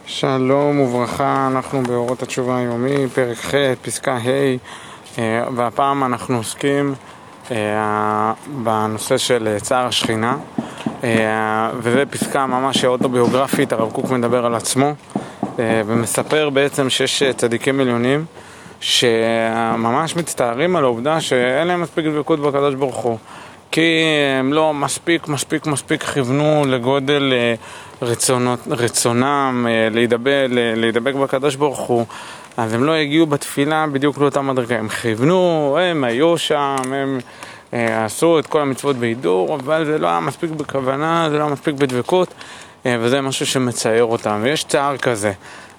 שלום וברכה, אנחנו באורות התשובה היומי, פרק ח', פסקה ה', והפעם אנחנו עוסקים בנושא של צער השכינה, וזה פסקה ממש אוטוביוגרפית. הרב קוק מדבר על עצמו ומספר בעצם שיש צדיקים עליונים שממש מצטערים על העובדה שאין להם מספיק דבקות בקדוש ברוך הוא, כי הם לא מספיק כיוונו לגודל רצונם להידבק בקדוש ברוך הוא, אז הם לא הגיעו בתפילה בדיוק לאותה מדרגה. הם כיוונו, הם היו שם, הם עשו את כל המצוות בהידור, אבל זה לא היה מספיק בכוונה, זה לא היה מספיק בדבקות, וזה משהו שמצער אותם, ויש צער כזה.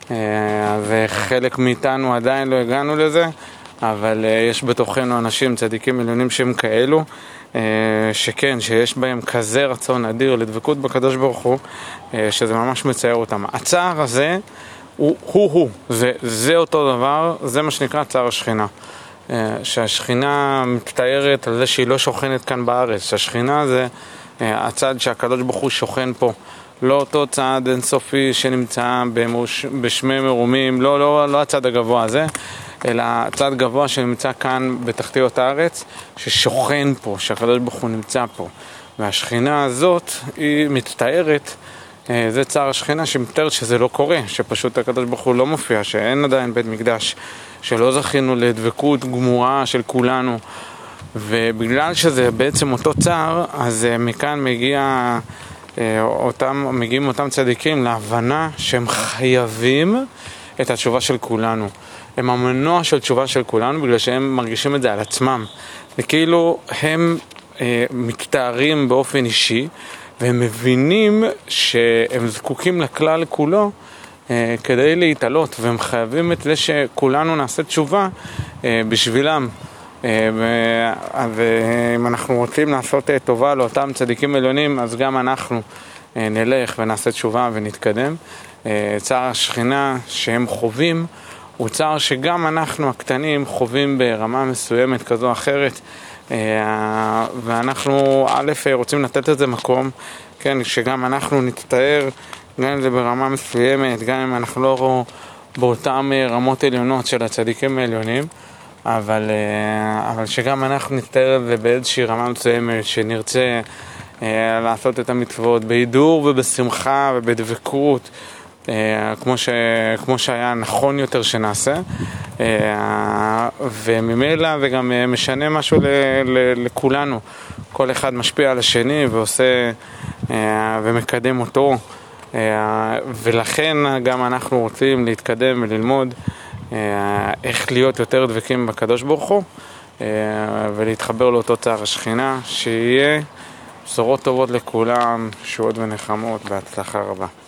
וחלק מאיתנו עדיין לא הגענו לזה, אבל יש בתוכנו אנשים צדיקים עליונים שהם כאלו, שכן, שיש בהם כזה רצון אדיר לדבקות בקדוש ברוך הוא, שזה ממש מצער אותם. הצער הזה זה אותו דבר, זה מה שנקרא צער השכינה. שהשכינה מתארת על זה שהיא לא שוכנת כאן בארץ, שהשכינה זה הצד שהקדוש ברוך הוא שוכן פה, לא אותו צד אינסופי שנמצא בשמי מרומים, לא הצד הגבוה הזה, אלא הצד גבוה שנמצא כאן בתחתיות הארץ, ששוכן פה, שהקדוש ברוך הוא נמצא פה. והשכינה הזאת היא מתארת, זה צער השכינה שמתארת שזה לא קורה, שפשוט הקדוש ברוך הוא לא מופיע, שאין עדיין בית מקדש, שלא זכינו לדבקות גמורה של כולנו. ובגלל שזה בעצם אותו צער, אז מכאן מגיעים אותם צדיקים להבנה שהם חייבים את התשובה של כולנו. הם המנוע של תשובה של כולנו, בגלל שהם מרגישים את זה על עצמם. וכאילו הם מתארים באופן אישי, והם מבינים שהם זקוקים לכלל כולו כדי להתעלות, והם חייבים את זה שכולנו נעשה תשובה בשבילם. ואם אנחנו רוצים לעשות טובה לאותם צדיקים עליונים, אז גם אנחנו נלך ונעשה תשובה ונתקדם. צער השכינה שהם חווים הוא צער שגם אנחנו הקטנים חווים ברמה מסוימת כזו או אחרת, ואנחנו רוצים לתת את זה מקום, כן, שגם אנחנו נתתאר, גם אם זה ברמה מסוימת, גם אם אנחנו לא באותם רמות עליונות של הצדיקים העליונים, אבל שגם אנחנו נתתאר את זה באיזושהי רמה מסוימת, שנרצה לעשות את המצוות בהידור ובשמחה ובדבקות, כמו שהיה נכון יותר שנעשה, וממילא זה גם משנה משהו לכולנו. כל אחד משפיע על השני ועושה ומקדם אותו, ולכן גם אנחנו רוצים להתקדם וללמוד איך להיות יותר דבקים בקדוש ברוך הוא, ולהתחבר לאותו צער השכינה, שיהיה בשורות טובות לכולם, שועות ונחמות, בהצלחה רבה.